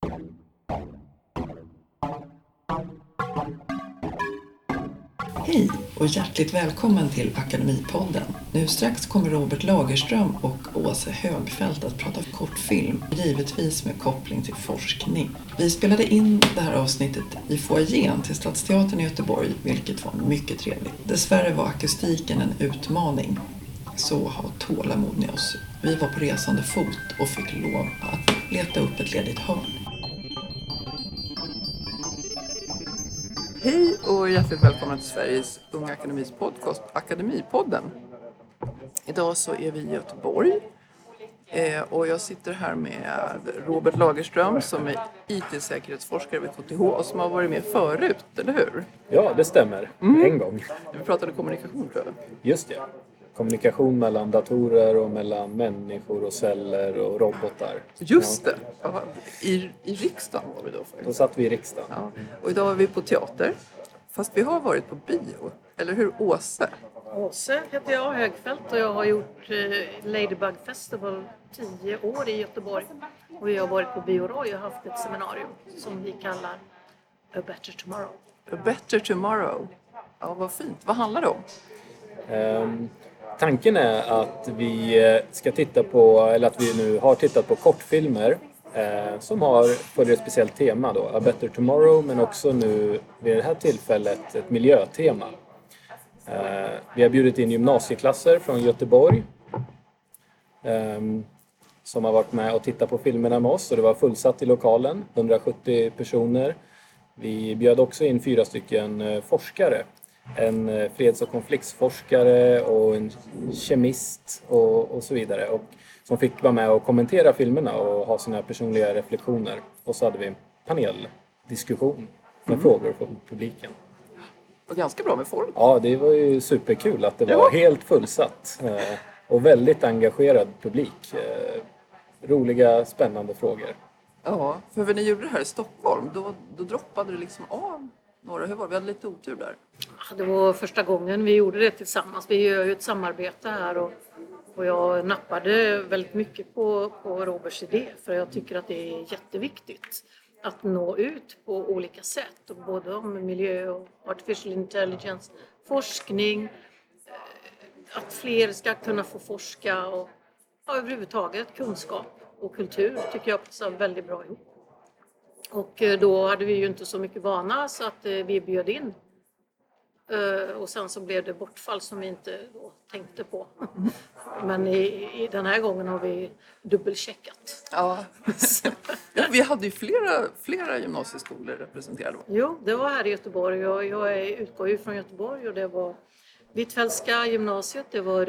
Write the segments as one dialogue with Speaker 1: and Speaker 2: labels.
Speaker 1: Hej och hjärtligt välkommen till Akademipodden. Nu strax kommer Robert Lagerström och Åse Högfeldt att prata kortfilm, givetvis med koppling till forskning. Vi spelade in det här avsnittet i foajén till Stadsteatern i Göteborg, vilket var mycket trevligt. Dessvärre var akustiken en utmaning, så ha tålamod med oss. Vi var på resande fot och fick lov att leta upp ett ledigt hörn.
Speaker 2: Hej och hjärtligt välkomna till Sveriges Unga Akademis podcast Akademipodden. Idag så är vi i Göteborg och jag sitter här med Robert Lagerström som är IT-säkerhetsforskare vid KTH och som har varit med förut, eller hur?
Speaker 3: Ja, det stämmer. En gång.
Speaker 2: Vi pratade kommunikation, tror jag.
Speaker 3: Just det. Kommunikation mellan datorer och mellan människor och celler och robotar.
Speaker 2: Just det. Ja, i riksdagen var vi då faktiskt.
Speaker 3: Då satt vi i riksdagen.
Speaker 2: Ja. Och idag är vi på teater. Fast vi har varit på bio. Eller hur, Åse?
Speaker 4: Åse heter jag, Högfeldt, och jag har gjort Ladybug Festival 10 år i Göteborg. Och vi har varit på Bio Roy och haft ett seminarium som vi kallar A Better Tomorrow.
Speaker 2: A Better Tomorrow. Ja, vad fint. Vad handlar det om?
Speaker 3: Tanken är att vi ska titta på, eller att vi nu har tittat på kortfilmer som följer ett speciellt tema då, A Better Tomorrow, men också nu vid det här tillfället ett miljötema. Vi har bjudit in gymnasieklasser från Göteborg som har varit med och tittat på filmerna med oss, och det var fullsatt i lokalen, 170 personer. Vi bjöd också in 4 stycken forskare. En freds- och konfliktsforskare och en kemist och så vidare. Och som fick vara med och kommentera filmerna och ha sina personliga reflektioner. Och så hade vi en paneldiskussion med frågor från publiken.
Speaker 2: Det var ganska bra med form.
Speaker 3: Ja, det var ju superkul att det var helt fullsatt. Och väldigt engagerad publik. Roliga, spännande frågor.
Speaker 2: Ja, för när ni gjorde det här i Stockholm, då droppade det liksom av några. Hur var det? Vi hade lite otur där.
Speaker 4: Det var första gången vi gjorde det tillsammans. Vi gör ju ett samarbete här och jag nappade väldigt mycket på Roberts idé. För jag tycker att det är jätteviktigt att nå ut på olika sätt. Både om miljö och artificial intelligence, forskning, att fler ska kunna få forska och överhuvudtaget kunskap och kultur tycker jag passar väldigt bra ihop. Och då hade vi ju inte så mycket vana så att vi bjöd in. Och sen så blev det bortfall som vi inte då tänkte på. Men i den här gången har vi dubbelcheckat.
Speaker 2: Ja. Vi hade ju flera gymnasieskolor representerade.
Speaker 4: Jo, det var här i Göteborg. Jag utgår ju från Göteborg och det var Hvitfeldtska gymnasiet, det var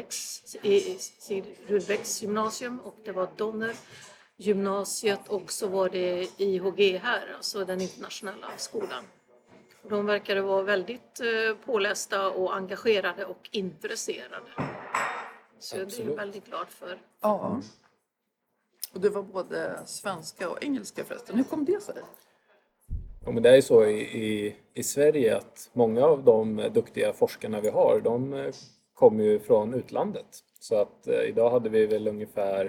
Speaker 4: Rudbecks gymnasium och det var Donner gymnasiet och så var det IHG här, alltså den internationella skolan. De verkade vara väldigt pålästa och engagerade och intresserade. Så det är jag väldigt glad för.
Speaker 2: Ja. Och det var både svenska och engelska förresten. Hur kom det sig?
Speaker 3: Ja, men det är så i Sverige att många av de duktiga forskarna vi har, de kommer ju från utlandet. Så att idag hade vi väl ungefär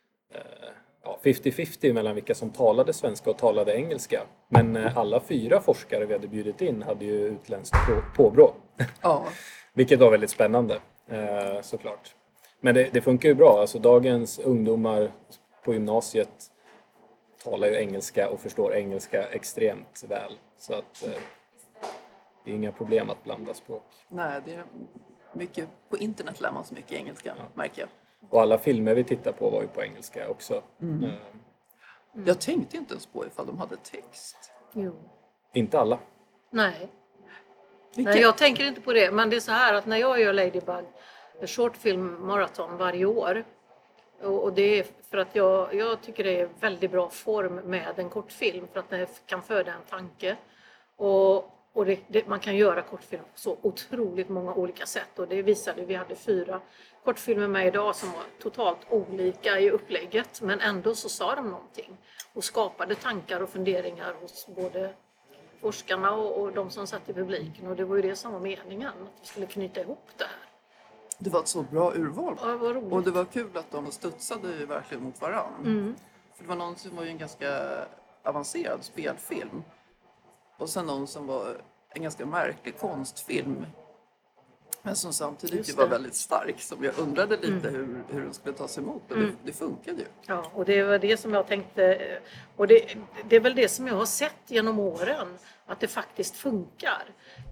Speaker 3: 50-50 mellan vilka som talade svenska och talade engelska. Men alla 4 forskare vi hade bjudit in hade ju utländskt påbrå.
Speaker 2: Ja.
Speaker 3: Vilket var väldigt spännande, såklart. Men det funkar ju bra. Alltså dagens ungdomar på gymnasiet talar ju engelska och förstår engelska extremt väl. Så att det är inga problem att blanda språk.
Speaker 2: Nej, det är mycket, på internet lär man så mycket engelska, märker jag.
Speaker 3: Och alla filmer vi tittar på var ju på engelska också.
Speaker 2: Jag tänkte inte ens på ifall de hade text.
Speaker 4: Jo.
Speaker 3: Inte alla.
Speaker 4: Nej, jag tänker inte på det. Men det är så här att när jag gör Ladybug, shortfilm maraton varje år. Och det är för att jag tycker det är väldigt bra form med en kortfilm. För att den kan föda en tanke. Och man kan göra kortfilm på så otroligt många olika sätt. Och det visade vi hade 4 kortfilmer med idag som var totalt olika i upplägget. Men ändå så sa de någonting. Och skapade tankar och funderingar hos både forskarna och de som satt i publiken. Och det var ju det som var meningen. Att vi skulle knyta ihop det här.
Speaker 2: Det var ett så bra urval.
Speaker 4: Ja, det var roligt.
Speaker 2: Och det var kul att de studsade ju verkligen mot varandra.
Speaker 4: Mm.
Speaker 2: För det var någon som var ju en ganska avancerad spelfilm. Och sen någon som var en ganska märklig konstfilm. Men som samtidigt var väldigt stark. Som jag undrade lite hur den skulle tas emot. Men det funkade ju. Ja,
Speaker 4: och det var det som jag tänkte. Och det är väl det som jag har sett genom åren. Att det faktiskt funkar.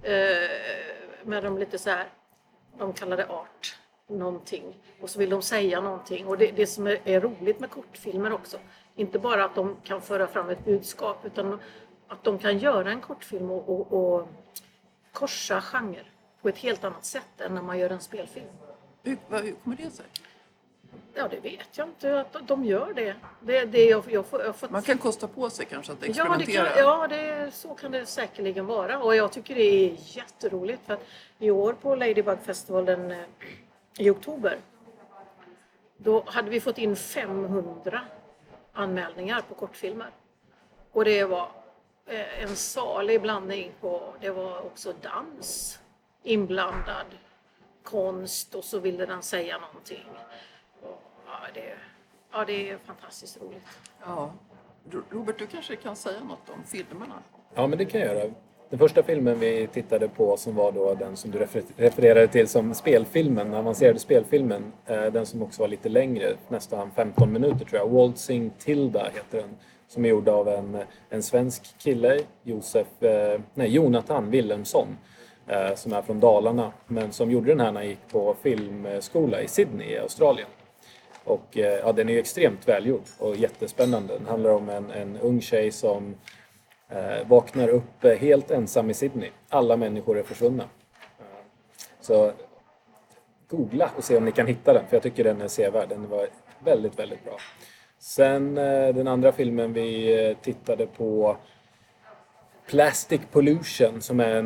Speaker 4: Med de lite så här, de kallar det art. Någonting. Och så vill de säga någonting. Och det som är roligt med kortfilmer också. Inte bara att de kan föra fram ett budskap. Utan att de kan göra en kortfilm och korsa genre på ett helt annat sätt än när man gör en spelfilm.
Speaker 2: Hur kommer det sig?
Speaker 4: Ja, det vet jag inte. Att de gör det. Jag får...
Speaker 2: Man kan kosta på sig kanske att experimentera.
Speaker 4: Så kan det säkerligen vara. Och jag tycker det är jätteroligt. För att i år på Ladybug Festivalen i oktober. Då hade vi fått in 500 anmälningar på kortfilmer. Och det var en salig blandning på, det var också dans inblandad, konst och så ville den säga någonting. Och, det är fantastiskt roligt.
Speaker 2: Ja. Robert, du kanske kan säga något om filmerna?
Speaker 3: Ja, men det kan jag göra. Den första filmen vi tittade på som var då den som du refererade till som spelfilmen, avancerade spelfilmen, den som också var lite längre, nästan 15 minuter tror jag. Waltzing Tilda heter den. Som är gjord av en svensk kille, Jonathan Wilhelmsson, som är från Dalarna. Men som gjorde den här när han gick på filmskola i Sydney i Australien. Och den är ju extremt välgjord och jättespännande. Den handlar om en ung tjej som vaknar upp helt ensam i Sydney. Alla människor är försvunna. Så googla och se om ni kan hitta den, för jag tycker den är sevärd. Den var väldigt, väldigt bra. Sen den andra filmen vi tittade på, Plastic Pollution, som är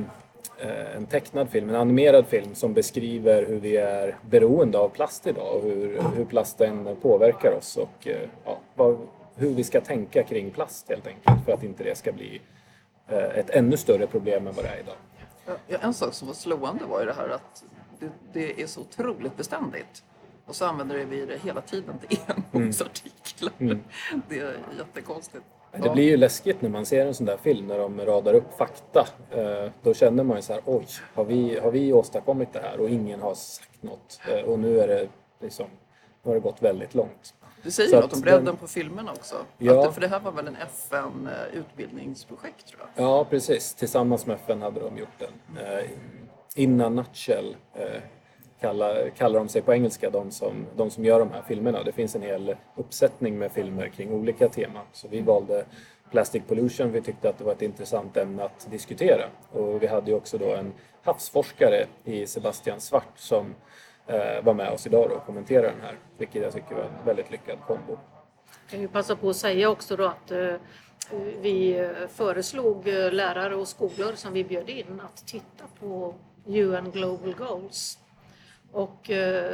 Speaker 3: en tecknad film, en animerad film som beskriver hur vi är beroende av plast idag och hur plasten påverkar oss och hur vi ska tänka kring plast helt enkelt för att inte det ska bli ett ännu större problem än vad det är idag.
Speaker 2: Ja, en sak som var slående var ju det här att det är så otroligt beständigt. Och så använder vi det hela tiden till enboksartiklar. Det är jättekonstigt.
Speaker 3: Det blir ju läskigt när man ser en sån där film när de radar upp fakta. Då känner man ju så här, oj, har vi åstadkommit det här och ingen har sagt något. Och nu har det gått väldigt långt.
Speaker 2: Du säger så något om bredden på filmerna också.
Speaker 3: Ja.
Speaker 2: För det här var väl en FN-utbildningsprojekt tror jag.
Speaker 3: Ja, precis. Tillsammans med FN hade de gjort den. In a nutshell kallar de sig på engelska, de som gör de här filmerna. Det finns en hel uppsättning med filmer kring olika teman. Så vi valde Plastic Pollution. Vi tyckte att det var ett intressant ämne att diskutera. Och vi hade ju också då en havsforskare i Sebastian Svart som var med oss idag och kommenterade den här. Vilket jag tycker var en väldigt lyckad kombo.
Speaker 4: Jag kan ju passa på att säga också då att vi föreslog lärare och skolor som vi bjöd in att titta på UN Global Goals. Och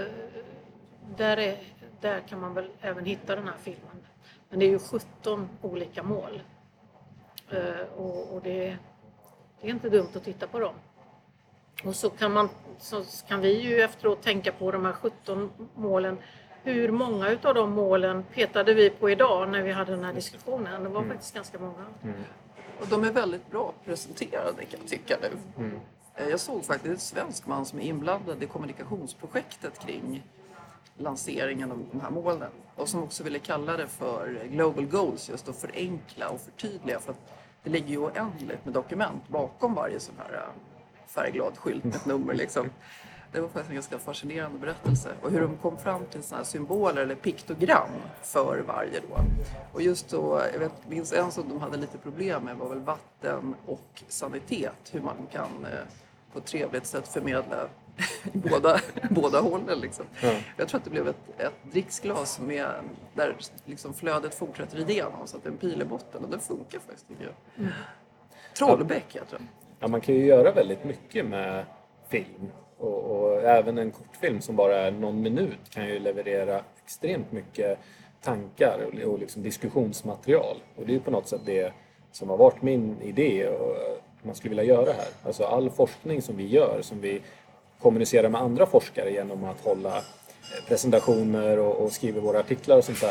Speaker 4: där kan man väl även hitta den här filmen. Men det är ju 17 olika mål. Och det är inte dumt att titta på dem. Och så kan vi ju efteråt tänka på de här 17 målen. Hur många utav de målen petade vi på idag när vi hade den här diskussionen? Det var faktiskt ganska många.
Speaker 2: Och de är väldigt bra presenterade kan jag tycka nu. Jag såg faktiskt en svensk man som är inblandad i kommunikationsprojektet kring lanseringen av de här målen. Och som också ville kalla det för Global Goals, just att förenkla och förtydliga. För att det ligger ju oändligt med dokument bakom varje sån här färgglad skylt med ett nummer liksom. Det var faktiskt en ganska fascinerande berättelse. Och hur de kom fram till såna här symboler eller piktogram för varje då. Och just då, jag minns en som de hade lite problem med var väl vatten och sanitet. Hur man kan på ett trevligt sätt förmedla båda hållen liksom. Jag tror att det blev ett dricksglas där liksom flödet fortsätter igenom så att det är en pil i botten. Och det funkar faktiskt tycker jag. Trollbäck jag tror.
Speaker 3: Ja, man kan ju göra väldigt mycket med film. Och även en kortfilm som bara är någon minut kan ju leverera extremt mycket tankar och liksom diskussionsmaterial. Och det är ju på något sätt det som har varit min idé och man skulle vilja göra här. Alltså all forskning som vi gör, som vi kommunicerar med andra forskare genom att hålla presentationer och skriva våra artiklar och sånt där.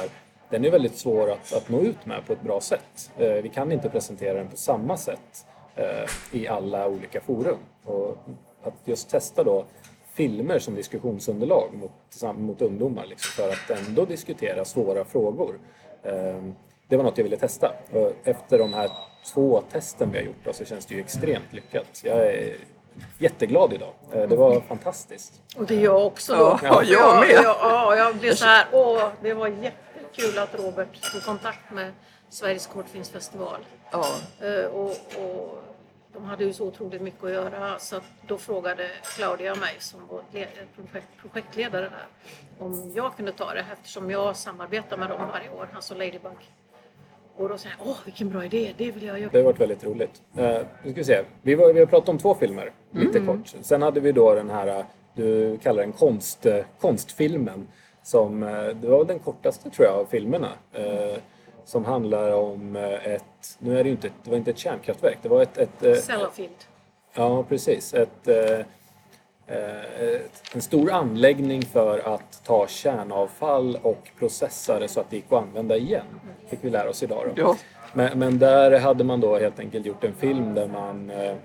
Speaker 3: den är väldigt svår att nå ut med på ett bra sätt. Vi kan inte presentera den på samma sätt i alla olika forum. Och att just testa då filmer som diskussionsunderlag mot ungdomar liksom, för att ändå diskutera svåra frågor. Det var något jag ville testa. Och efter de här 2 testen vi har gjort då, så känns det ju extremt lyckat. Jag är jätteglad idag. Det var fantastiskt.
Speaker 4: Och det är jag också då.
Speaker 2: Ja, jag med.
Speaker 4: Jag blev så här, det var jättekul att Robert tog kontakt med Sveriges kortfilmsfestival.
Speaker 2: Ja.
Speaker 4: Och de hade ju så otroligt mycket att göra, så att då frågade Claudia mig som var projektledare där om jag kunde ta det, eftersom jag samarbetar med dem varje år, alltså Ladybug. Och då sa jag, vilken bra idé, det vill jag göra.
Speaker 3: Det har varit väldigt roligt. Nu ska vi se. Vi har pratat om 2 filmer, lite kort. Sen hade vi då den här, du kallar den konstfilmen, som det var den kortaste tror jag av filmerna. Som handlar om nu är det var inte ett kärnkraftverk, det var ett
Speaker 4: Sellafield.
Speaker 3: Ja, precis. En stor anläggning för att ta kärnavfall och processa det så att det gick att använda igen. Fick vi lära oss idag då.
Speaker 2: Ja.
Speaker 3: Men där hade man då helt enkelt gjort en film där man...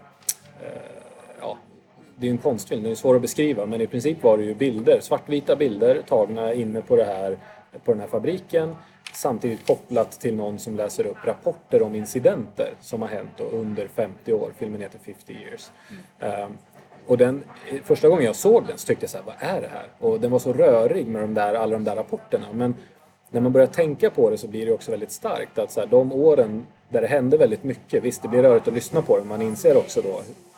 Speaker 3: det är en konstfilm, det är svårt att beskriva, men i princip var det ju bilder, svartvita bilder tagna inne på den här fabriken, samtidigt kopplat till någon som läser upp rapporter om incidenter som har hänt under 50 år. Filmen heter 50 years. Och första gången jag såg den så tyckte jag så här, vad är det här? Och den var så rörig med alla de där rapporterna. Men när man börjar tänka på det så blir det också väldigt starkt. Att så här, de åren där det hände väldigt mycket, visst det blir rörigt att lyssna på det, men man inser också då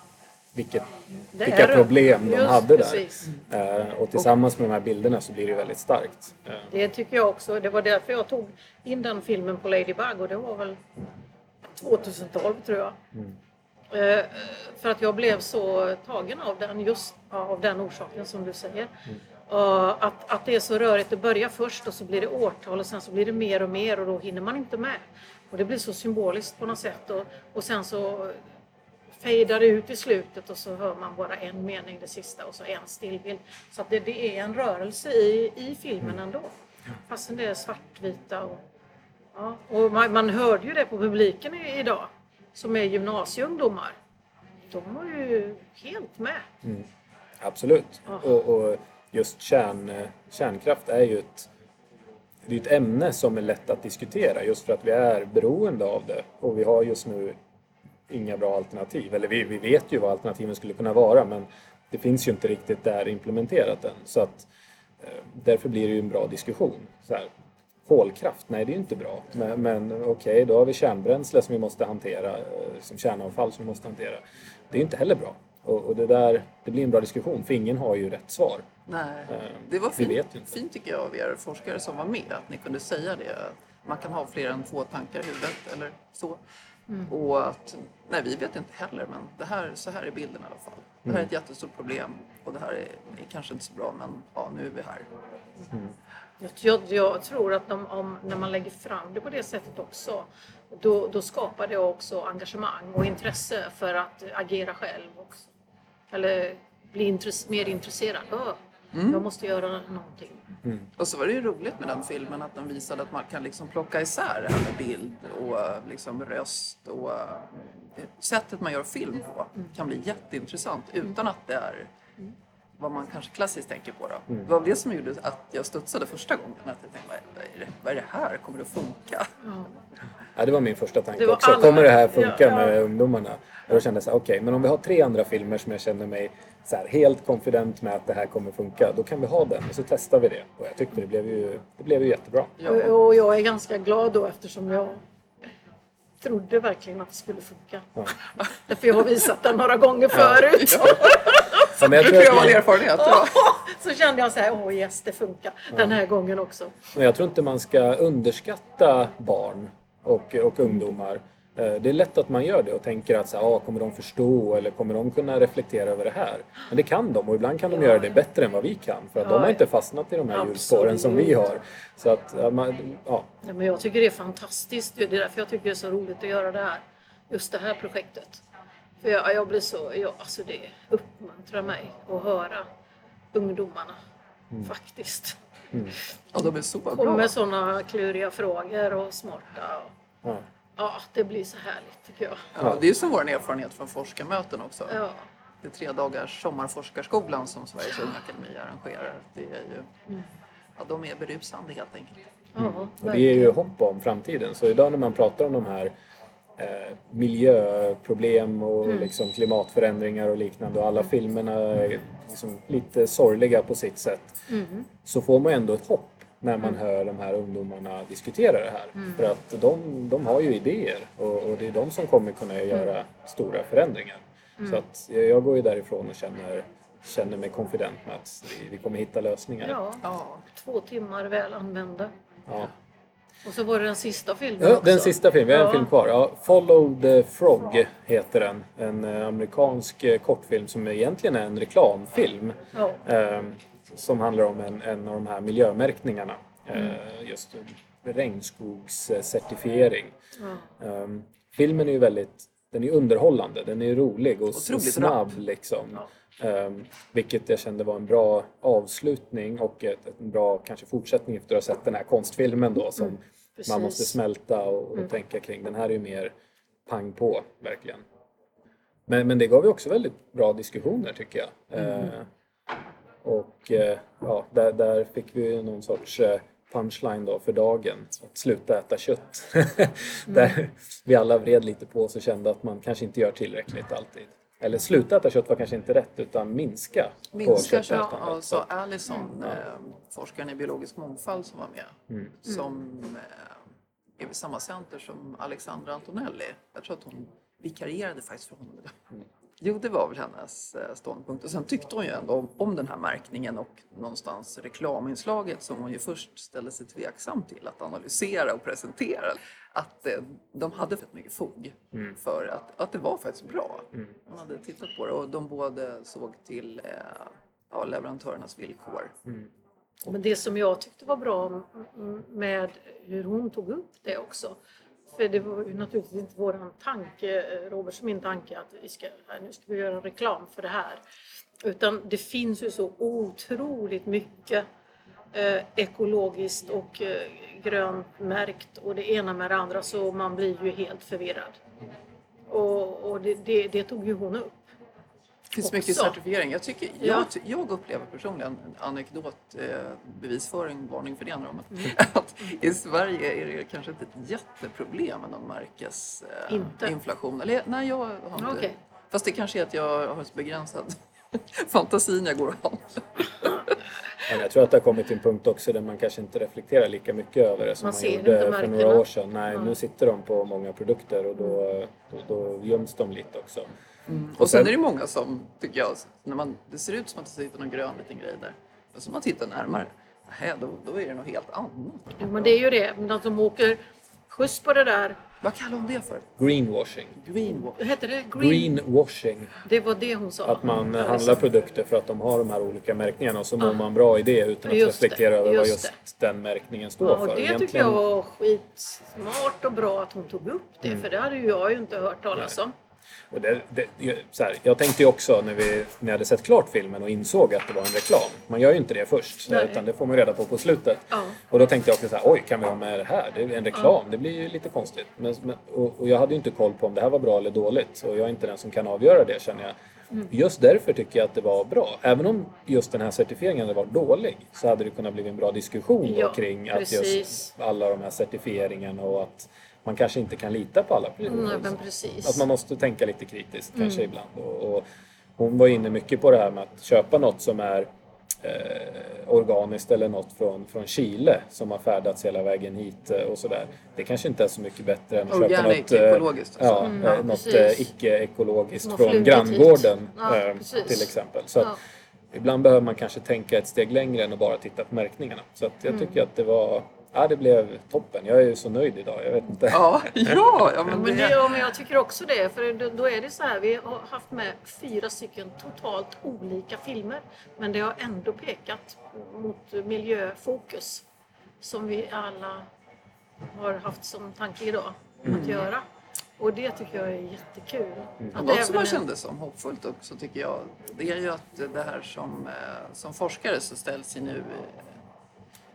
Speaker 3: vilka problem de hade där. Och tillsammans med de här bilderna så blir det väldigt starkt.
Speaker 4: Det tycker jag också. Det var därför jag tog in den filmen på Ladybug, och det var väl 2012 tror jag. För att jag blev så tagen av den, just av den orsaken som du säger. Att det är så rörigt, det börjar först och så blir det årtal och sen så blir det mer och mer och då hinner man inte med. Och det blir så symboliskt på något sätt och sen så fejdar det ut i slutet och så hör man bara en mening det sista och så en stillbild. Så att det är en rörelse i filmen ändå. Fastän det är svartvita och man hörde ju det på publiken idag som är gymnasieungdomar. De var ju helt med.
Speaker 3: Absolut. Och just kärnkraft är ju ett ämne som är lätt att diskutera just för att vi är beroende av det. Och vi har just nu inga bra alternativ. Eller vi vet ju vad alternativen skulle kunna vara, men det finns ju inte riktigt där implementerat än. Så att därför blir det ju en bra diskussion. Så här, kolkraft, nej det är ju inte bra. Men okej, då har vi kärnbränsle som vi måste hantera, som kärnavfall som vi måste hantera. Det är ju inte heller bra. Och det blir en bra diskussion, för ingen har ju rätt svar.
Speaker 2: Nej, det var fint tycker jag av er forskare som var med, att ni kunde säga det. Man kan ha fler än 2 tankar i huvudet eller så. Och att, nej vi vet inte heller, men så här är bilden i alla fall. Det här är ett jättestort problem och det här är kanske inte så bra, men nu är vi här.
Speaker 4: Jag tror att när man lägger fram det på det sättet också, då skapar det också engagemang och intresse för att agera själv också. Eller bli mer intresserad. Jag måste göra någonting.
Speaker 2: Och så var det ju roligt med den filmen att den visade att man kan liksom plocka isär det här med bild och liksom röst och sättet man gör film på kan bli jätteintressant utan att det är vad man kanske klassiskt tänker på då. Det var det som gjorde att jag studsade första gången. Att jag tänkte, vad är det här? Kommer det att funka?
Speaker 3: Ja, det var min första tanke också. Kommer det här funka med ungdomarna? Och då kände jag så här, okej, men om vi har 3 andra filmer som jag känner mig så här, helt confident med att det här kommer funka, då kan vi ha den och så testar vi det. Och jag tyckte det blev ju jättebra.
Speaker 4: Ja. Och jag är ganska glad då eftersom jag trodde verkligen att det skulle funka. Ja. Därför jag har visat den några gånger förut.
Speaker 2: Så men jag tror jag har erfarenhet.
Speaker 4: Så kände jag så här, yes, det funkar den här gången också.
Speaker 3: Men jag tror inte man ska underskatta barn och ungdomar. Det är lätt att man gör det och tänker att så här, kommer de förstå eller kommer de kunna reflektera över det här? Men det kan de och ibland kan de göra det bättre än vad vi kan. För att de har inte fastnat i de här hjulspåren som vi har. Så att,
Speaker 4: Ja, men jag tycker det är fantastiskt. Det är därför jag tycker det är så roligt att göra det här. Just det här projektet. För jag blir så, alltså det uppmuntrar mig att höra ungdomarna faktiskt.
Speaker 2: Ja, de är så bra.
Speaker 4: Kommer sådana kluriga frågor och smarta.
Speaker 3: Ja.
Speaker 4: Ja, det blir så härligt tycker jag.
Speaker 2: Ja, det är ju som vår erfarenhet från forskarmöten också.
Speaker 4: Ja.
Speaker 2: Det är 3 dagars sommarforskarskolan som Sveriges Unga Akademi arrangerar. Det är ju, de är berusande helt enkelt.
Speaker 4: Ja,
Speaker 3: Och det ger ju hopp om framtiden. Så idag när man pratar om de här miljöproblem och liksom klimatförändringar och liknande och alla filmerna är liksom lite sorgliga på sitt sätt, så får man ändå ett hopp när man hör de här ungdomarna diskutera det här. För att de har ju idéer och det är de som kommer kunna göra stora förändringar. Så att jag går ju därifrån och känner mig konfident med att vi kommer hitta lösningar.
Speaker 4: Ja, 2 timmar väl använda.
Speaker 3: Ja.
Speaker 4: Och så var det den sista filmen
Speaker 3: Ja,
Speaker 4: också.
Speaker 3: den sista filmen, vi har en film kvar. Ja, Follow the Frog heter den. En amerikansk kortfilm som egentligen är en reklamfilm.
Speaker 4: Ja.
Speaker 3: Som handlar om en av de här miljömärkningarna. Just regnskogscertifiering. Filmen är ju den är underhållande, den är rolig och
Speaker 2: Otroligt
Speaker 3: snabb liksom. Vilket jag kände var en bra avslutning och en bra kanske fortsättning efter att ha sett den här konstfilmen då som man måste smälta och tänka kring. Den här är ju mer pang på, verkligen. Men det gav ju också väldigt bra diskussioner tycker jag. Där fick vi någon sorts punchline då för dagen. Att sluta äta kött. Där vi alla vred lite på oss och kände att man kanske inte gör tillräckligt alltid. Eller sluta äta kött var kanske inte rätt utan minska på köttätandet.
Speaker 2: Ja, så Allison, forskaren i biologisk mångfald som var med, som är vid samma center som Alexandra Antonelli. Jag tror att hon vikarierade faktiskt för honom. Jo, det var väl hennes ståndpunkt. Och sen tyckte hon ju ändå om den här märkningen och någonstans reklaminslaget som hon ju först ställde sig tveksam till att analysera och presentera. Att de hade fått mycket fog för att det var faktiskt bra. Man hade tittat på det och de båda såg till leverantörernas villkor.
Speaker 4: Men det som jag tyckte var bra med hur hon tog upp det också. För det var ju naturligtvis inte våran tanke, Roberts min tanke, att nu ska vi göra reklam för det här. Utan det finns ju så otroligt mycket ekologiskt och grönt märkt och det ena med det andra så man blir ju helt förvirrad. Och det tog ju hon upp.
Speaker 2: Det finns mycket certifiering. Jag upplever personligen en anekdot, bevisföring, varning för det andra om att i Sverige är det kanske inte ett jätteproblem med någon märkesinflation. Eller nej, jag har inte.
Speaker 4: Okay.
Speaker 2: Fast det kanske är att jag har så begränsad fantasi när jag går och handlar.
Speaker 3: Men jag tror att det har kommit till en punkt också där man kanske inte reflekterar lika mycket över det som man gjorde för några år sedan. Nej, nu sitter de på många produkter och då göms de lite också.
Speaker 2: Och sen är det många som, tycker jag, det ser ut som att det sitter någon grön liten grej där. Men så man tittar närmare, då är det något helt annat.
Speaker 4: Ja, men det är ju det. Men att de åker skjuts på det där.
Speaker 2: Vad kallar hon det för?
Speaker 3: Greenwashing.
Speaker 4: Hette det
Speaker 3: Greenwashing.
Speaker 4: Det var det hon sa.
Speaker 3: Att man handlar produkter för att de har de här olika märkningarna och så mår man bra i det utan att reflektera över vad just den märkningen står för.
Speaker 4: Och det tycker jag var skitsmart och bra att hon tog upp det. För det hade jag ju inte hört talas om.
Speaker 3: Och jag tänkte ju också när jag hade sett klart filmen och insåg att det var en reklam. Man gör ju inte det först, utan det får man reda på slutet. Och då tänkte jag också så här, oj, kan vi ha med det här? Det är en reklam, det blir ju lite konstigt. Och jag hade ju inte koll på om det här var bra eller dåligt. Och jag är inte den som kan avgöra det, känner jag. Just därför tycker jag att det var bra. Även om just den här certifieringen var dålig så hade det kunnat bli en bra diskussion kring att just alla de här certifieringarna och att man kanske inte kan lita på alla
Speaker 4: precis.
Speaker 3: Att man måste tänka lite kritiskt kanske ibland. Och hon var inne mycket på det här med att köpa något som är organiskt eller något från Chile som har färdats hela vägen hit och sådär. Det kanske inte är så mycket bättre än att köpa något ekologiskt. Något icke-ekologiskt från granngården till exempel. Så att ibland behöver man kanske tänka ett steg längre än att bara titta på märkningarna. Så att jag tycker att det blev toppen. Jag är ju så nöjd idag, jag vet inte.
Speaker 4: Men jag tycker också det. För då är det så här, vi har haft med 4 stycken totalt olika filmer. Men det har ändå pekat mot miljöfokus. Som vi alla har haft som tanke idag att göra. Och det tycker jag är jättekul.
Speaker 2: Något som man kände som hoppfullt också tycker jag. Det är ju att det här som forskare så ställs ju nu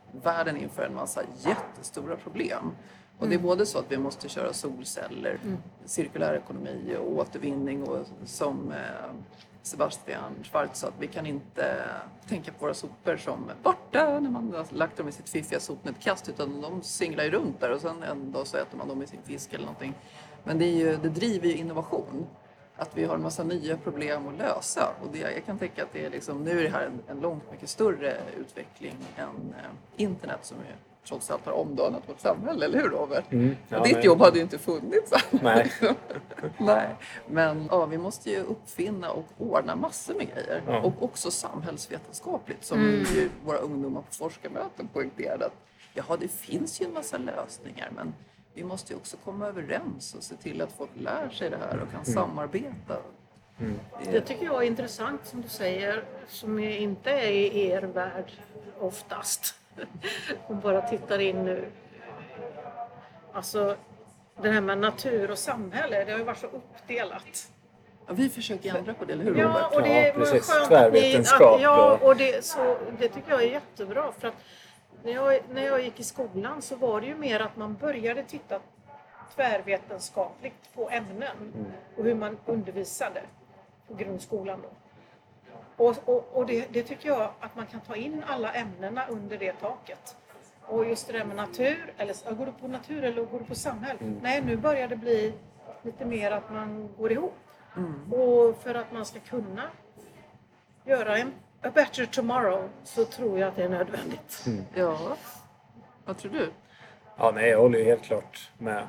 Speaker 2: världen inför en massa jättestora problem. Och det är både så att vi måste köra solceller, cirkulär ekonomi och återvinning och som Sebastian Schwarz sa, att vi kan inte tänka på våra sopor som borta när man har lagt dem i sitt fiffiga sopnedkast, utan de singlar ju runt där och sen en dag så äter man dem i sin fisk eller någonting. Men det driver ju innovation. Att vi har en massa nya problem att lösa. Och jag kan tänka att det är liksom, nu är det här en långt mycket större utveckling än internet som är trots allt har omdanat vårt samhälle, eller hur Robert? Ditt jobb hade ju inte funnits.
Speaker 3: Nej.
Speaker 2: Nej. Men ja, vi måste ju uppfinna och ordna massor med grejer.
Speaker 3: Ja.
Speaker 2: Och också samhällsvetenskapligt, som ju våra ungdomar på forskarmöten poängterade att jaha, det finns ju en massa lösningar, men vi måste ju också komma överens och se till att folk lär sig det här och kan samarbeta.
Speaker 4: Det tycker jag är intressant som du säger, som inte är i er värld oftast. Om bara tittar in nu. Alltså det här med natur och samhälle, det har ju varit så uppdelat.
Speaker 2: Ja, vi försöker ändra på det, eller hur
Speaker 4: Ja,
Speaker 2: Robert?
Speaker 4: och det är
Speaker 3: precis.
Speaker 4: skönt
Speaker 3: Tvärvetenskap.
Speaker 4: och det tycker jag är jättebra. För att när jag gick i skolan så var det ju mer att man började titta tvärvetenskapligt på ämnen och hur man undervisade på grundskolan då. Och det tycker jag att man kan ta in alla ämnena under det taket. Och just det där med natur, eller går du på natur eller går du på samhälle? Nej, nu börjar det bli lite mer att man går ihop. Och för att man ska kunna göra a better tomorrow så tror jag att det är nödvändigt.
Speaker 2: Ja, vad tror du?
Speaker 3: Ja, nej, jag håller ju helt klart med.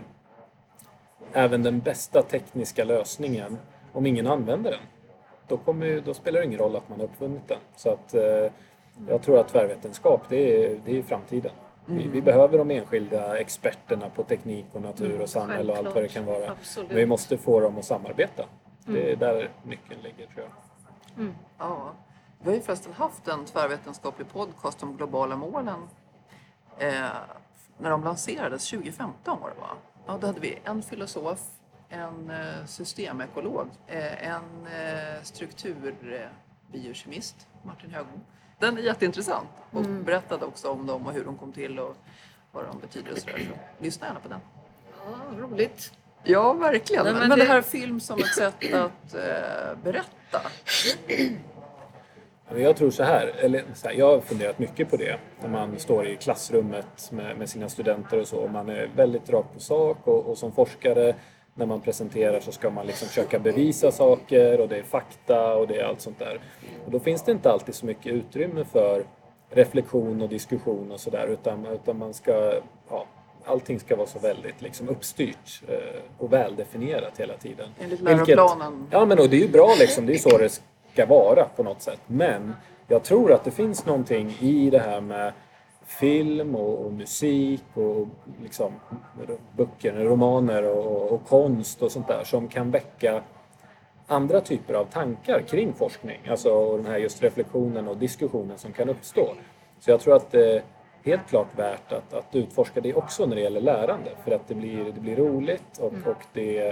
Speaker 3: Även den bästa tekniska lösningen, om ingen använder den, då spelar det ingen roll att man har uppfunnit den. Så att jag tror att tvärvetenskap, det är framtiden. Vi behöver de enskilda experterna på teknik och natur och samhälle och allt vad det kan vara.
Speaker 4: Absolut.
Speaker 3: Men vi måste få dem att samarbeta. Det är där nyckeln ligger, tror jag.
Speaker 2: Ja, vi har ju förresten haft en tvärvetenskaplig podcast om globala målen när de lanserades 2015 var det, va? Ja, då hade vi en filosof, en systemekolog, en strukturbiokemist, Martin Högmo. Den är jätteintressant och berättade också om dem och hur de kom till och vad de betyder och sådär. Så lyssna gärna på den.
Speaker 4: Ja, roligt.
Speaker 2: Ja, verkligen.
Speaker 4: Nej,
Speaker 2: men det här film som ett sätt att berätta.
Speaker 3: Jag tror så här, jag har funderat mycket på det när man står i klassrummet med sina studenter och så. Och man är väldigt rakt på sak och som forskare när man presenterar så ska man liksom försöka bevisa saker och det är fakta och det är allt sånt där. Och då finns det inte alltid så mycket utrymme för reflektion och diskussion och sådär utan man ska, allting ska vara så väldigt liksom uppstyrt och väldefinierat hela tiden.
Speaker 2: Enligt läroplanen.
Speaker 3: Ja, men och det är ju bra liksom, det är så det ska vara på något sätt. Men jag tror att det finns någonting i det här med film och musik och liksom böcker, romaner och konst och sånt där som kan väcka andra typer av tankar kring forskning. Alltså den här just reflektionen och diskussionen som kan uppstå. Så jag tror att det är helt klart värt att utforska det också när det gäller lärande. För att det blir roligt och det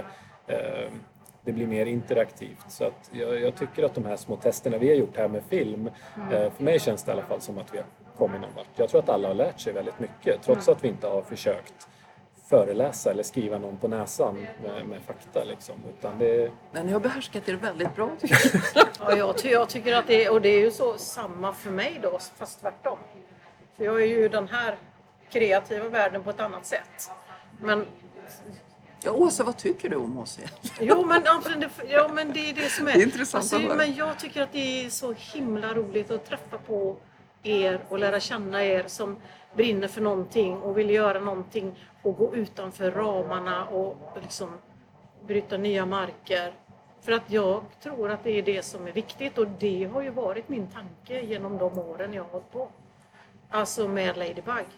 Speaker 3: blir mer interaktivt. Så att jag tycker att de här små testerna vi har gjort här med film, för mig känns det i alla fall som att vi har kommit någon vart. Jag tror att alla har lärt sig väldigt mycket, trots att vi inte har försökt föreläsa eller skriva någon på näsan med fakta. Liksom. Utan
Speaker 2: Men ni har behärskat det väldigt bra, tycker jag.
Speaker 4: Ja, jag tycker att det är ju så samma för mig då, fast tvärtom. För jag är ju i den här kreativa världen på ett annat sätt. Men
Speaker 2: Ja, Åsa, vad tycker du om oss?
Speaker 4: Jo, men det är det som är.
Speaker 2: Det är intressant att höra.
Speaker 4: Men jag tycker att det är så himla roligt att träffa på er och lära känna er som brinner för någonting och vill göra någonting och gå utanför ramarna och liksom bryta nya marker. För att jag tror att det är det som är viktigt och det har ju varit min tanke genom de åren jag har hållit på. Alltså med Ladybug.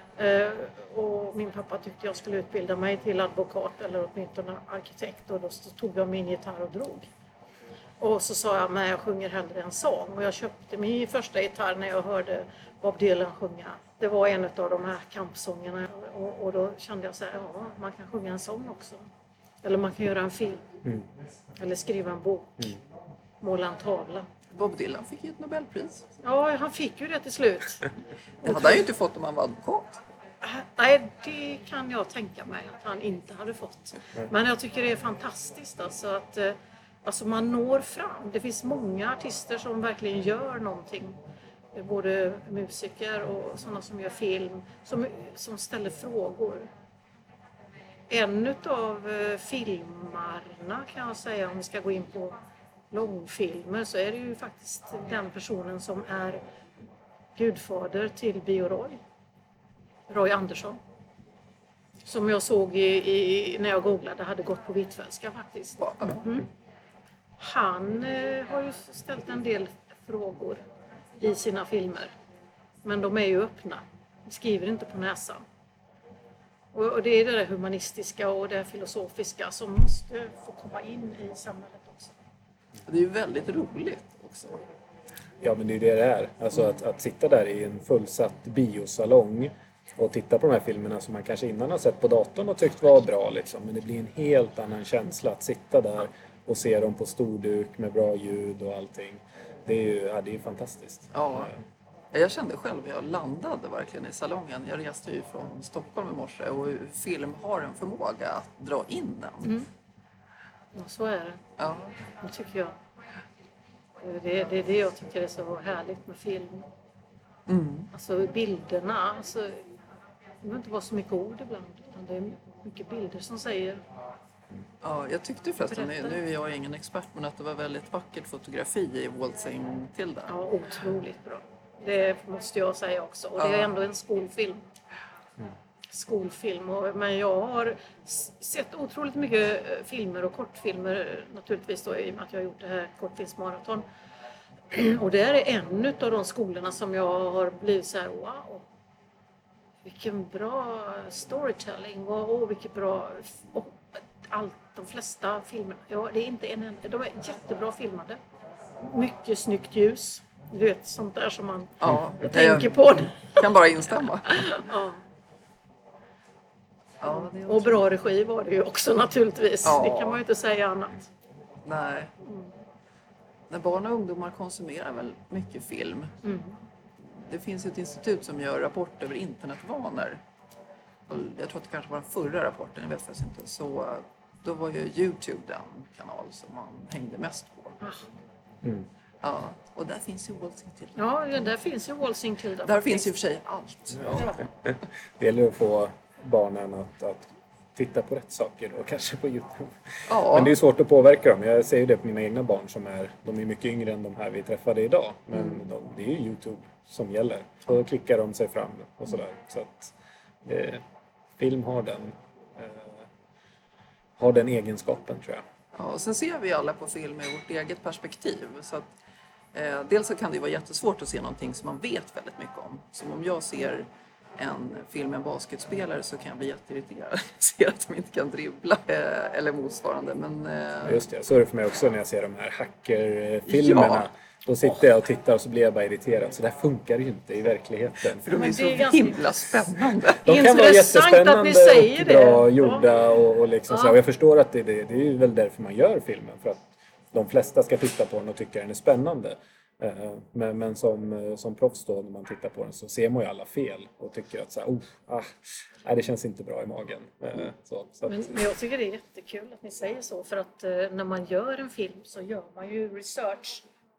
Speaker 4: Och min pappa tyckte jag skulle utbilda mig till advokat eller åtminstone arkitekt och då tog jag min gitarr och drog. Och så sa jag, men jag sjunger hellre en sång. Och jag köpte min första gitarr när jag hörde Bob Dylan sjunga. Det var en av de här kampsångerna och då kände jag så här, ja, man kan sjunga en sång också. Eller man kan göra en film. Eller skriva en bok. Måla en tavla.
Speaker 2: Bob Dylan fick ju ett Nobelpris.
Speaker 4: Ja, han fick ju det till slut.
Speaker 2: Det hade han ju inte fått om han var advokat.
Speaker 4: Nej, det kan jag tänka mig att han inte hade fått. Men jag tycker det är fantastiskt alltså att alltså man når fram. Det finns många artister som verkligen gör någonting. Både musiker och sådana som gör film. Som ställer frågor. En utav filmarna kan jag säga, om vi ska gå in på långfilmer, så är det ju faktiskt den personen som är gudfader till Bio Roy Andersson. Som jag såg när jag googlade, hade gått på Hvitfeldtska faktiskt. Han har ju ställt en del frågor i sina filmer. Men de är ju öppna. De skriver inte på näsan. Och det är det där humanistiska och det filosofiska som måste få komma in i samhället också.
Speaker 2: Det är ju väldigt roligt också.
Speaker 3: Ja, men det är det är. Alltså att sitta där i en fullsatt biosalong och titta på de här filmerna som man kanske innan har sett på datorn och tyckt var bra liksom. Men det blir en helt annan känsla att sitta där och se dem på storduk med bra ljud och allting. Det är ju fantastiskt.
Speaker 2: Ja. Jag kände själv, jag landade verkligen i salongen. Jag reste ju från Stockholm i morse och film har en förmåga att dra in den.
Speaker 4: Ja, så är det.
Speaker 2: Ja.
Speaker 4: Det tycker jag. Det är det jag tycker är så härligt med film. Alltså bilderna, alltså, det behöver inte vara så mycket ord ibland, utan det är mycket bilder som säger.
Speaker 2: Ja, jag tyckte förresten, nu är jag ingen expert, men att det var väldigt vackert fotografi i Waltzing Tilda.
Speaker 4: Ja, otroligt bra. Det måste jag säga också. Och det är ändå en skolfilm. Men jag har sett otroligt mycket filmer och kortfilmer naturligtvis då, i och med att jag har gjort det här kortfilmsmaraton. Och det är en av de skolorna som jag har blivit så här: wow, vilken bra storytelling och vilket bra de flesta filmerna. Ja, det är inte de är jättebra filmade. Mycket snyggt ljus. Du vet, sånt där som man tänker på.
Speaker 2: Kan bara instämma.
Speaker 4: Ja, och bra regi var det ju också naturligtvis. Ja. Det kan man ju inte säga annat.
Speaker 2: Nej. När barn och ungdomar konsumerar väl mycket film. Det finns ett institut som gör rapport över internetvanor. Jag tror att det kanske var den förra rapporten, jag vet faktiskt inte. Så då var ju YouTube den kanal som man hängde mest på. Ja, och där finns ju Waltzing Tilda.
Speaker 4: Ja, där finns ju Waltzing Tilda.
Speaker 2: Där finns ju för sig allt.
Speaker 3: Ja. Det gäller att få barnen att titta på rätt saker då, kanske på YouTube. Ja. Men det är svårt att påverka dem. Jag ser ju det på mina egna barn de är mycket yngre än de här vi träffade idag. Men det är ju YouTube som gäller. Då klickar de sig fram och sådär. Så att film har den egenskapen, tror jag.
Speaker 2: Ja, och sen ser vi alla på film i vårt eget perspektiv. Så att, dels så kan det ju vara jättesvårt att se någonting som man vet väldigt mycket om. Som om jag ser en film med en basketspelare så kan jag bli jätteirriterad. Jag ser att de inte kan dribbla eller motsvarande. Men,
Speaker 3: just det, så är det för mig också när jag ser de här hackerfilmerna. Ja. Då sitter jag och tittar och så blir jag bara irriterad. Så där funkar det ju inte i verkligheten.
Speaker 2: För de är så himla spännande.
Speaker 3: De kan vara jättespännande och bra gjorda. Och liksom så. Och jag förstår att det är ju väl därför man gör filmen. För att de flesta ska titta på den och tycka den är spännande. Men som proffs då, när man tittar på den, så ser man ju alla fel och tycker att så här, det känns inte bra i magen.
Speaker 4: Men jag tycker det är jättekul att ni säger så, för att när man gör en film så gör man ju research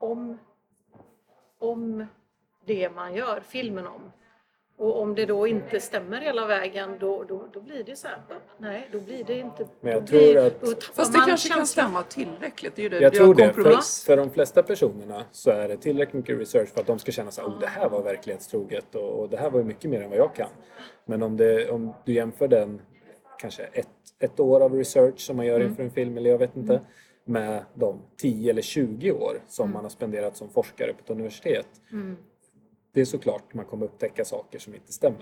Speaker 4: om det man gör filmen om. Och om det då inte stämmer hela vägen, då blir det så här. Nej, då blir det inte.
Speaker 3: Men jag tror att...
Speaker 2: Fast det kanske kan stämma tillräckligt. Det är ju det
Speaker 3: jag tror det. För de flesta personerna så är det tillräckligt mycket research för att de ska känna så här, det här var verklighetstroget och det här var mycket mer än vad jag kan. Men om du jämför den kanske ett år av research som man gör inför en film, eller jag vet inte, med de 10 eller 20 år som man har spenderat som forskare på ett universitet. Det är såklart man kommer upptäcka saker som inte stämmer.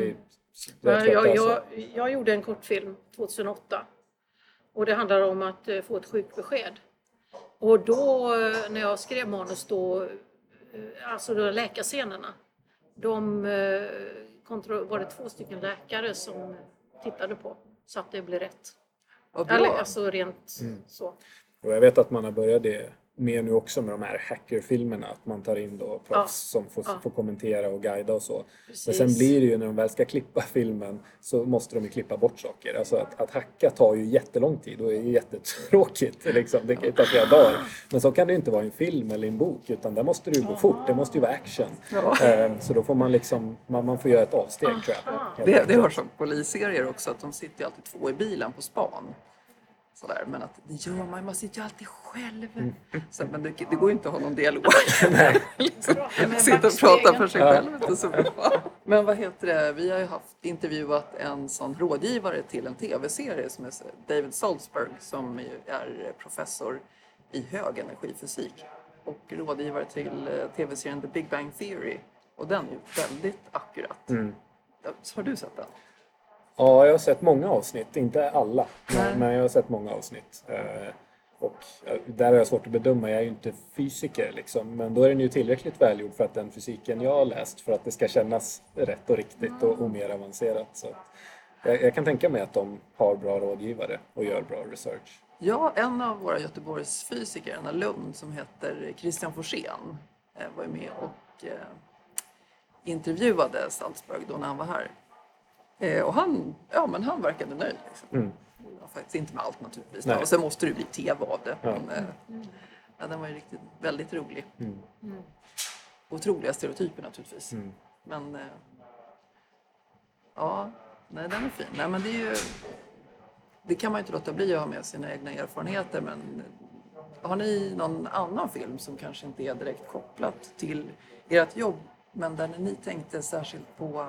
Speaker 4: Jag gjorde en kortfilm 2008. Och det handlar om att få ett sjukbesked. Och då, när jag skrev manus då, alltså då läkarscenerna. Var det 2 stycken läkare som tittade på. Så att det blev rätt. Alltså rent så.
Speaker 3: Och jag vet att man har börjat det mer nu också med de här hackerfilmerna, att man tar in då proffs som får kommentera och guida och så.
Speaker 4: Precis.
Speaker 3: Men sen blir det ju när de väl ska klippa filmen så måste de ju klippa bort saker. Alltså att hacka tar ju jättelång tid och är jättetråkigt. Liksom. Det kan ta flera dagar. Men så kan det ju inte vara i en film eller i en bok, utan där måste det ju gå fort. Det måste ju vara action. Så då får man liksom, man får göra ett avsteg, tror jag.
Speaker 2: Det har som polisserier också, att de sitter ju alltid 2 i bilen på span. Sådär. Men att det gör man sitter ju alltid själv. Så, men det går ju inte att ha någon dialog. Liksom, sitta och prata för sig själv. Inte så bra. Men vad heter det? Vi har ju intervjuat en sån rådgivare till en tv-serie som är David Salzberg, som är professor i högenergifysik och rådgivare till tv-serien The Big Bang Theory. Och den är ju väldigt akkurat. Har du sett den?
Speaker 3: Ja, jag har sett många avsnitt, inte alla, men jag har sett många avsnitt. Och där har jag svårt att bedöma, jag är ju inte fysiker liksom, men då är den ju tillräckligt välgjord för att den fysiken jag har läst, för att det ska kännas rätt och riktigt och mer avancerat. Så jag kan tänka mig att de har bra rådgivare och gör bra research.
Speaker 2: Ja, en av våra Göteborgs fysiker, en alumn som heter Christian Forsén, var ju med och intervjuade Salzberg då när han var här. Och han verkade nöjd. Liksom. Faktiskt inte med allt naturligtvis. Och sen måste det bli tv av det. Men den var ju väldigt rolig. Otroliga stereotyper naturligtvis. Men den är fin. Nej, men det kan man ju inte låta bli att ha med sina egna erfarenheter. Men har ni någon annan film som kanske inte är direkt kopplat till ert jobb, men där ni tänkte särskilt på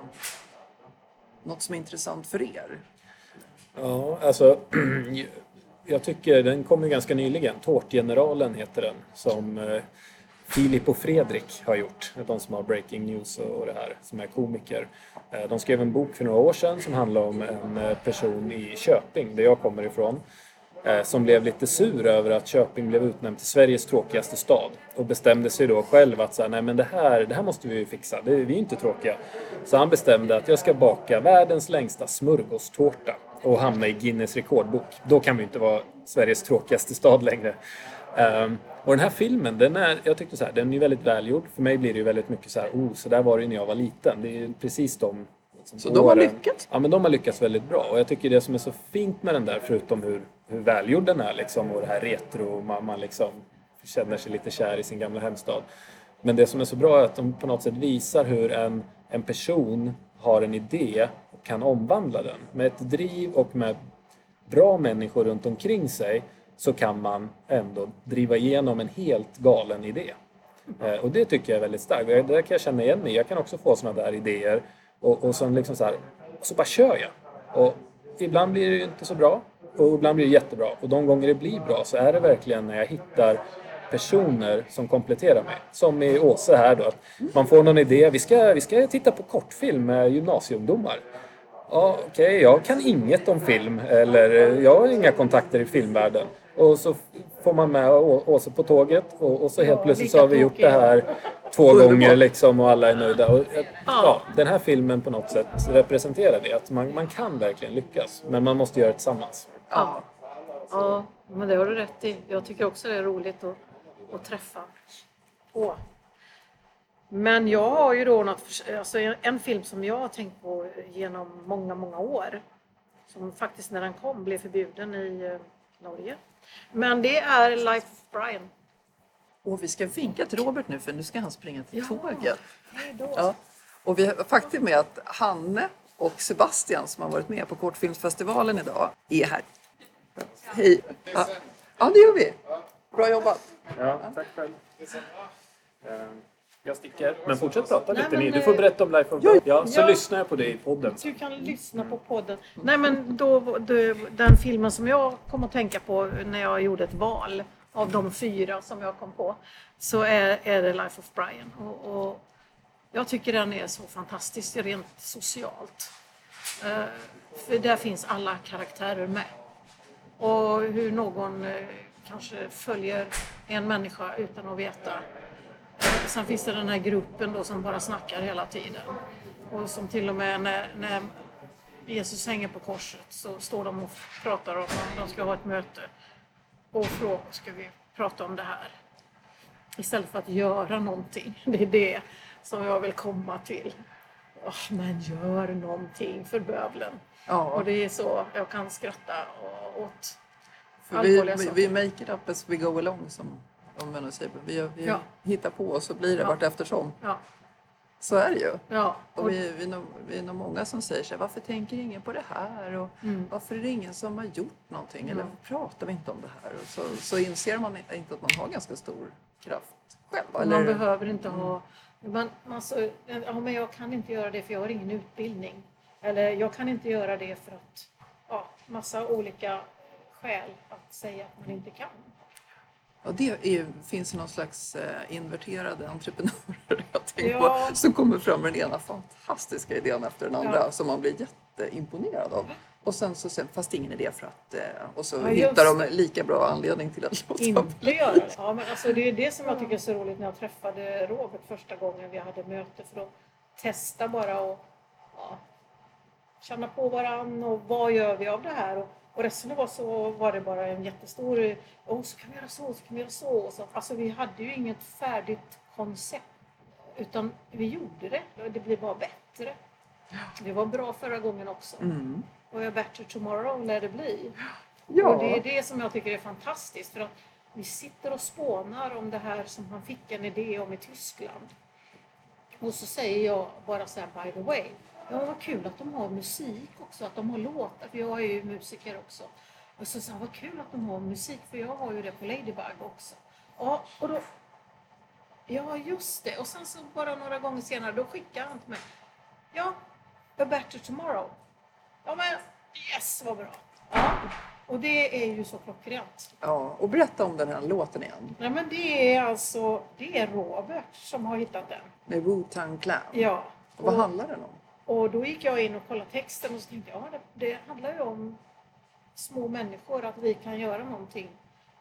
Speaker 2: något som är intressant för er?
Speaker 3: Ja, alltså jag tycker den kom ju ganska nyligen. Tårtgeneralen heter den, som Filip och Fredrik har gjort. De som har Breaking News och det här, som är komiker. De skrev en bok för några år sedan som handlar om en person i Köping, där jag kommer ifrån, som blev lite sur över att Köping blev utnämnd till Sveriges tråkigaste stad, och bestämde sig då själv att nej, men det här måste vi fixa, vi är inte tråkiga. Så han bestämde att jag ska baka världens längsta smörgåstårta och hamna i Guinness rekordbok. Då kan vi inte vara Sveriges tråkigaste stad längre. Och den här filmen, jag tyckte så här, den är väldigt välgjord. För mig blir det ju väldigt mycket så här, så där var det när jag var liten. Det är precis de.
Speaker 2: Så de har lyckats?
Speaker 3: Ja, men de har lyckats väldigt bra. Och jag tycker det som är så fint med den där, förutom hur välgjord den är liksom, och det här retro, man liksom känner sig lite kär i sin gamla hemstad. Men det som är så bra är att de på något sätt visar hur en person har en idé och kan omvandla den. Med ett driv och med bra människor runt omkring sig, så kan man ändå driva igenom en helt galen idé. Och det tycker jag är väldigt starkt. Det där kan jag känna igen mig. Jag kan också få sådana där idéer. Och så liksom så här, så bara kör jag. Och ibland blir det ju inte så bra. Och ibland blir det jättebra. Och de gånger det blir bra så är det verkligen när jag hittar personer som kompletterar mig. Som i Åse här då. Att man får någon idé. Vi ska titta på kortfilm med gymnasieungdomar. Ja, okej, jag kan inget om film. Eller jag har inga kontakter i filmvärlden. Och så får man med Åse på tåget. Och så helt plötsligt så har vi gjort det här 2 gånger liksom, och alla är nöjda. Och, den här filmen på något sätt representerar det. Att man kan verkligen lyckas. Men man måste göra det tillsammans.
Speaker 4: Ja, men det har du rätt i. Jag tycker också det är roligt att träffa. Men jag har ju då en film som jag har tänkt på genom många, många år. Som faktiskt när den kom blev förbjuden i Norge. Men det är Life of Brian.
Speaker 2: Och vi ska vinka till Robert nu, för nu ska han springa till tåget. Ja. Och vi har faktiskt med att Hanne och Sebastian, som har varit med på Kortfilmsfestivalen idag, är här. Hej. Ja, det gör vi. Bra jobbat.
Speaker 3: Ja, tack själv. Jag sticker. Men fortsätt prata lite ni. Du får berätta om Life of Brian. Så lyssnar jag på det i podden.
Speaker 4: Du kan lyssna på podden. Nej, men den filmen som jag kom att tänka på när jag gjorde ett val av de 4 som jag kom på, så är det Life of Brian. Och jag tycker den är så fantastisk rent socialt. För där finns alla karaktärer med. Och hur någon kanske följer en människa utan att veta. Sen finns det den här gruppen då som bara snackar hela tiden. Och som till och med när Jesus hänger på korset så står de och pratar om de ska ha ett möte. Och frågar, ska vi prata om det här? Istället för att göra någonting. Det är det som jag vill komma till. Men gör någonting för bövlen.
Speaker 2: Ja.
Speaker 4: Och det är så jag kan skratta åt
Speaker 2: För
Speaker 4: allvarliga saker.
Speaker 2: vi make it up as we go along, som de säger. Vi hittar på och så blir det vart eftersom.
Speaker 4: Ja.
Speaker 2: Så är det ju.
Speaker 4: Ja.
Speaker 2: Och vi är nog många som säger så här, varför tänker ingen på det här? Och varför är det ingen som har gjort någonting? Eller varför pratar vi inte om det här? Och så inser man inte att man har ganska stor kraft själv. Eller?
Speaker 4: Man behöver inte ha... men jag kan inte göra det för jag har ingen utbildning. Eller jag kan inte göra det för att... massa olika skäl att säga att man inte kan.
Speaker 2: Ja, finns någon slags inverterade entreprenörer jag tänker på, som kommer fram med den ena fantastiska idén efter den andra som man blir jätteimponerad av. Och sen så fast ingen idé för att... och så hittar de lika bra anledning till att låta
Speaker 4: inte göra det. Ja, men alltså, det är det som jag tycker är så roligt när jag träffade Robert första gången vi hade möte. För att testa bara och känna på varann och vad gör vi av det här. Och resten av oss så var det bara en jättestor... så kan vi göra så kan vi göra så. Alltså vi hade ju inget färdigt koncept. Utan vi gjorde det. Det blir bara bättre. Det var bra förra gången också. Och jag better tomorrow lär det bli. Ja. Och det är det som jag tycker är fantastiskt. För att vi sitter och spånar om det här som han fick en idé om i Tyskland. Och så säger jag bara så här, by the way. Ja, vad kul att de har musik också. Att de har låtar. För jag är ju musiker också. Och så sa jag, vad kul att de har musik. För jag har ju det på Ladybug också. Ja, och då... Ja, just det. Och sen så bara några gånger senare, då skickar han till mig. Ja, a better tomorrow. Ja, men yes, vad bra. Ja, och det är ju så klockrent.
Speaker 2: Ja, och berätta om den här låten igen.
Speaker 4: Ja, men det är Robert som har hittat den.
Speaker 2: Med Wu-Tang Clan.
Speaker 4: Ja.
Speaker 2: Och vad handlar den om?
Speaker 4: Och då gick jag in och kollade texten och så tänkte jag, det handlar ju om små människor, att vi kan göra någonting.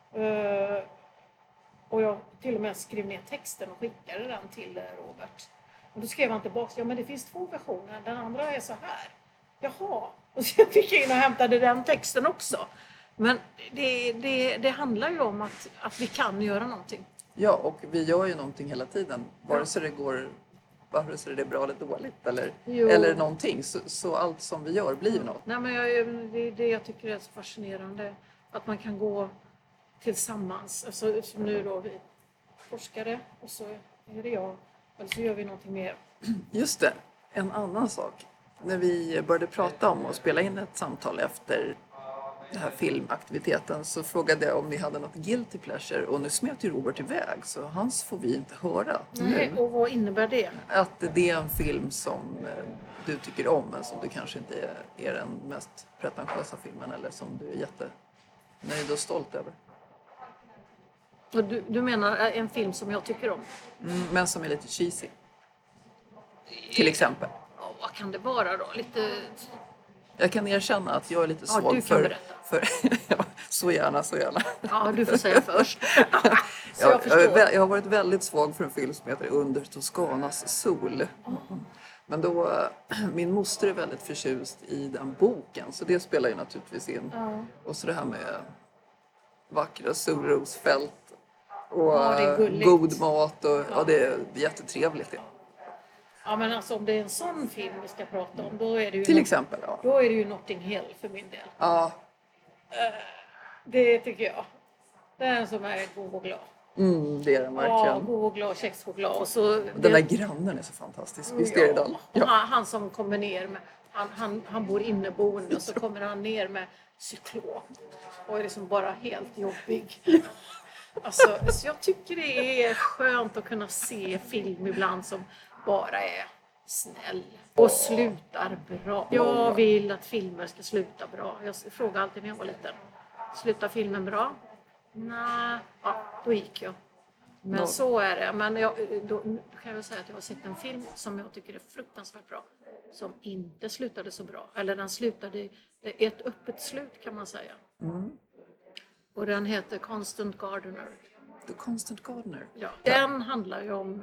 Speaker 4: Och jag till och med skrev ner texten och skickade den till Robert. Och då skrev han tillbaka, ja men det finns 2 versioner, den andra är så här. Jaha, och så gick jag in och hämtade den texten också. Men det handlar ju om att vi kan göra någonting.
Speaker 2: Ja, och vi gör ju någonting hela tiden. Vare sig det är bra eller dåligt eller någonting. Så allt som vi gör blir något.
Speaker 4: Nej, men det är det jag tycker är så fascinerande. Att man kan gå tillsammans. Alltså, som nu då, vi forskare och så är det jag. Eller så gör vi någonting mer.
Speaker 2: Just det, en annan sak. När vi började prata om att spela in ett samtal efter den här filmaktiviteten så frågade jag om ni hade något guilty pleasure. Och nu smet ju Robert iväg så hans får vi inte höra.
Speaker 4: Nej, och vad innebär det?
Speaker 2: Att det är en film som du tycker om men som du kanske inte är den mest pretentiösa filmen eller som du är jättenöjd och stolt över.
Speaker 4: Och du menar en film som jag tycker om?
Speaker 2: Men som är lite cheesy. Till exempel.
Speaker 4: Vad kan det vara då? Lite...
Speaker 2: Jag kan erkänna att jag är lite svag
Speaker 4: du kan berätta.
Speaker 2: Så gärna.
Speaker 4: Ja, du får säga först.
Speaker 2: Jag har varit väldigt svag för en film som heter Under Toscanas sol. Men då, min moster är väldigt förtjust i den boken. Så det spelar ju naturligtvis in. Och så det här med vackra solrosfält. Och god mat. Och det är jättetrevligt.
Speaker 4: Ja, men alltså om det är en sån film vi ska prata om, då är det ju...
Speaker 2: Till exempel, ja.
Speaker 4: Då är det ju Notting Hill för min del.
Speaker 2: Ja.
Speaker 4: Det tycker jag. Det är en som är god och glad.
Speaker 2: Det är den verkligen.
Speaker 4: Ja, god och glad, kexchoklad. Och så
Speaker 2: den där grannen är så fantastisk. Visst är det den?
Speaker 4: Ja. Han som kommer ner med... Han bor inneboende och så kommer han ner med cyklop. Och är liksom bara helt jobbig. Alltså, så jag tycker det är skönt att kunna se film ibland som bara är snäll och slutar bra. Jag vill att filmer ska sluta bra. Jag frågade alltid när jag var liten. Slutar filmen bra? Nej, då gick jag. Men så är det. Men då kan jag säga att jag har sett en film som jag tycker är fruktansvärt bra. Som inte slutade så bra. Eller den slutade ett öppet slut kan man säga. Och den heter Constant Gardener.
Speaker 2: The Constant Gardener?
Speaker 4: Ja. Den handlar ju om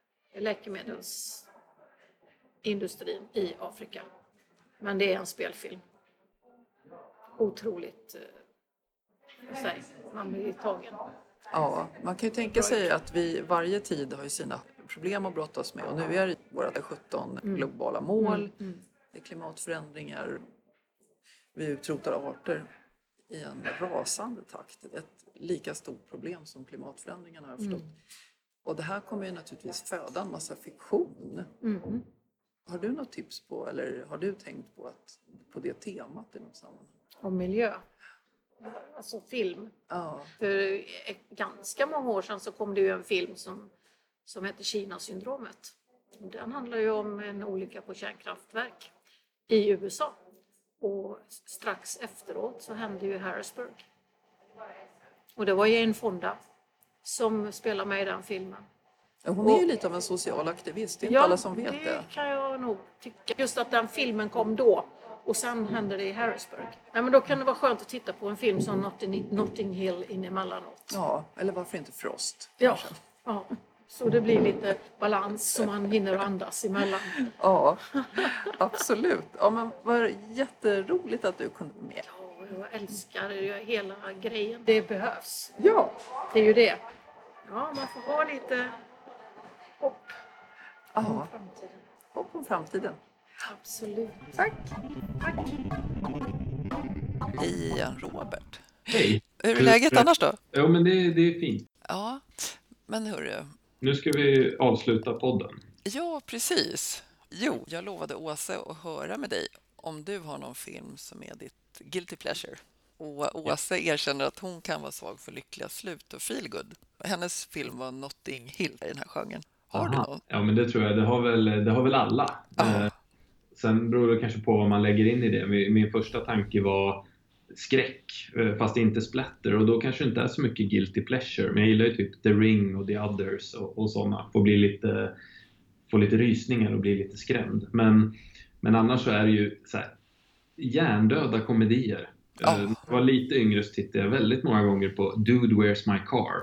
Speaker 4: läkemedelsindustrin i Afrika. Men det är en spelfilm. Otroligt, man blir tagen.
Speaker 2: Ja, man kan ju tänka sig att varje tid har ju sina problem att brottas med. Och nu är det våra 17 globala mål. Det är klimatförändringar. Vi utrotar arter i en rasande takt. Ett lika stort problem som klimatförändringarna har jag förstått. Och det här kommer ju naturligtvis föda en massa fiktion. Har du något tips på, eller har du tänkt på det temat i något sammanhang?
Speaker 4: Om miljö. Alltså film.
Speaker 2: Ja.
Speaker 4: För ganska många år sedan så kom det ju en film som heter Kina-syndromet. Den handlar ju om en olycka på kärnkraftverk i USA. Och strax efteråt så hände ju Harrisburg. Och det var Jane Fonda som spelar med i den filmen.
Speaker 2: Hon är ju lite av en social aktivist, det är inte alla som vet det.
Speaker 4: Det kan jag nog tycka. Just att den filmen kom då och sen hände det i Harrisburg. Nej, men då kan det vara skönt att titta på en film som Notting Hill in emellanåt.
Speaker 2: Ja, eller varför inte Frost?
Speaker 4: Ja, så det blir lite balans så man hinner andas emellan.
Speaker 2: Ja, absolut. Ja, men vad jätteroligt att du kunde vara med.
Speaker 4: Ja, jag älskar hela grejen. Det behövs.
Speaker 2: Ja.
Speaker 4: Det är ju det. Ja, man får ha lite hopp om framtiden.
Speaker 2: Hopp om framtiden.
Speaker 4: Absolut.
Speaker 2: Tack. Hej igen, Robert.
Speaker 5: Hej.
Speaker 2: Hur är läget annars då?
Speaker 5: Jo, men det är fint.
Speaker 2: Ja, men hörru.
Speaker 5: Nu ska vi avsluta podden.
Speaker 2: Ja, precis. Jo, jag lovade Åse att höra med dig om du har någon film som är ditt guilty pleasure. Och Åse erkänner att hon kan vara svag för lyckliga slut och feel good. Hennes film var Notting Hill i den här genren. Har du någon?
Speaker 5: Ja, men det tror jag. Det har väl alla. Sen beror det kanske på vad man lägger in i det. Min första tanke var skräck, fast inte splatter. Och då kanske det inte är så mycket guilty pleasure. Men jag gillar ju typ The Ring och The Others och sådana. Få lite rysningar och bli lite skrämd. Men annars så är det ju så här, hjärndöda komedier. Jag var lite yngre så tittade jag väldigt många gånger på Dude, Where's My Car?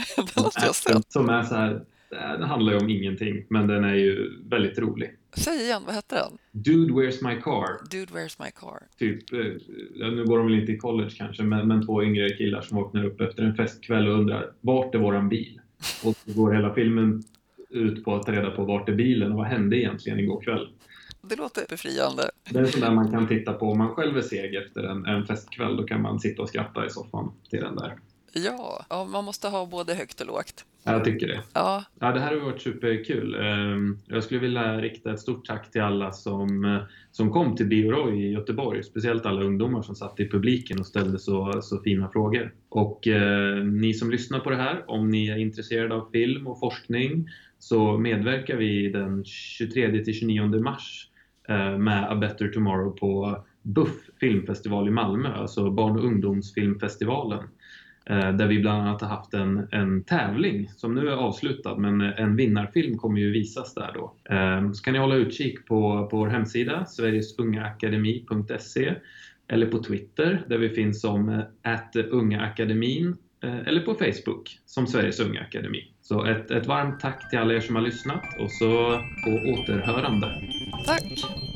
Speaker 5: Som är så här, det handlar ju om ingenting, men den är ju väldigt rolig.
Speaker 2: Säg igen, vad heter den?
Speaker 5: Dude, Where's My Car?
Speaker 2: Dude, Where's My Car?
Speaker 5: Typ, nu går de väl inte i college kanske, men 2 yngre killar som vaknar upp efter en festkväll och undrar, vart är våran bil? Och så går hela filmen ut på att ta reda på vart är bilen och vad hände egentligen igår kväll.
Speaker 2: Det låter befriande.
Speaker 5: Det är sånt där man kan titta på om man själv är seg efter en festkväll. Då kan man sitta och skratta i soffan till den där.
Speaker 2: Ja, man måste ha både högt och lågt.
Speaker 5: Jag tycker det.
Speaker 2: Ja,
Speaker 5: det här har varit superkul. Jag skulle vilja rikta ett stort tack till alla som kom till Bioroy i Göteborg. Speciellt alla ungdomar som satt i publiken och ställde så fina frågor. Och ni som lyssnar på det här, om ni är intresserade av film och forskning, så medverkar vi den 23-29 mars med A Better Tomorrow på Buff filmfestival i Malmö, alltså barn- och ungdomsfilmfestivalen. Där vi bland annat har haft en tävling som nu är avslutad, men en vinnarfilm kommer ju visas där då. Så kan ni hålla utkik på vår hemsida sverigesungaakademin.se eller på Twitter där vi finns som @ungaakademin eller på Facebook som Sveriges Unga Akademi. Så ett varmt tack till alla er som har lyssnat och så på återhörande.
Speaker 2: tack!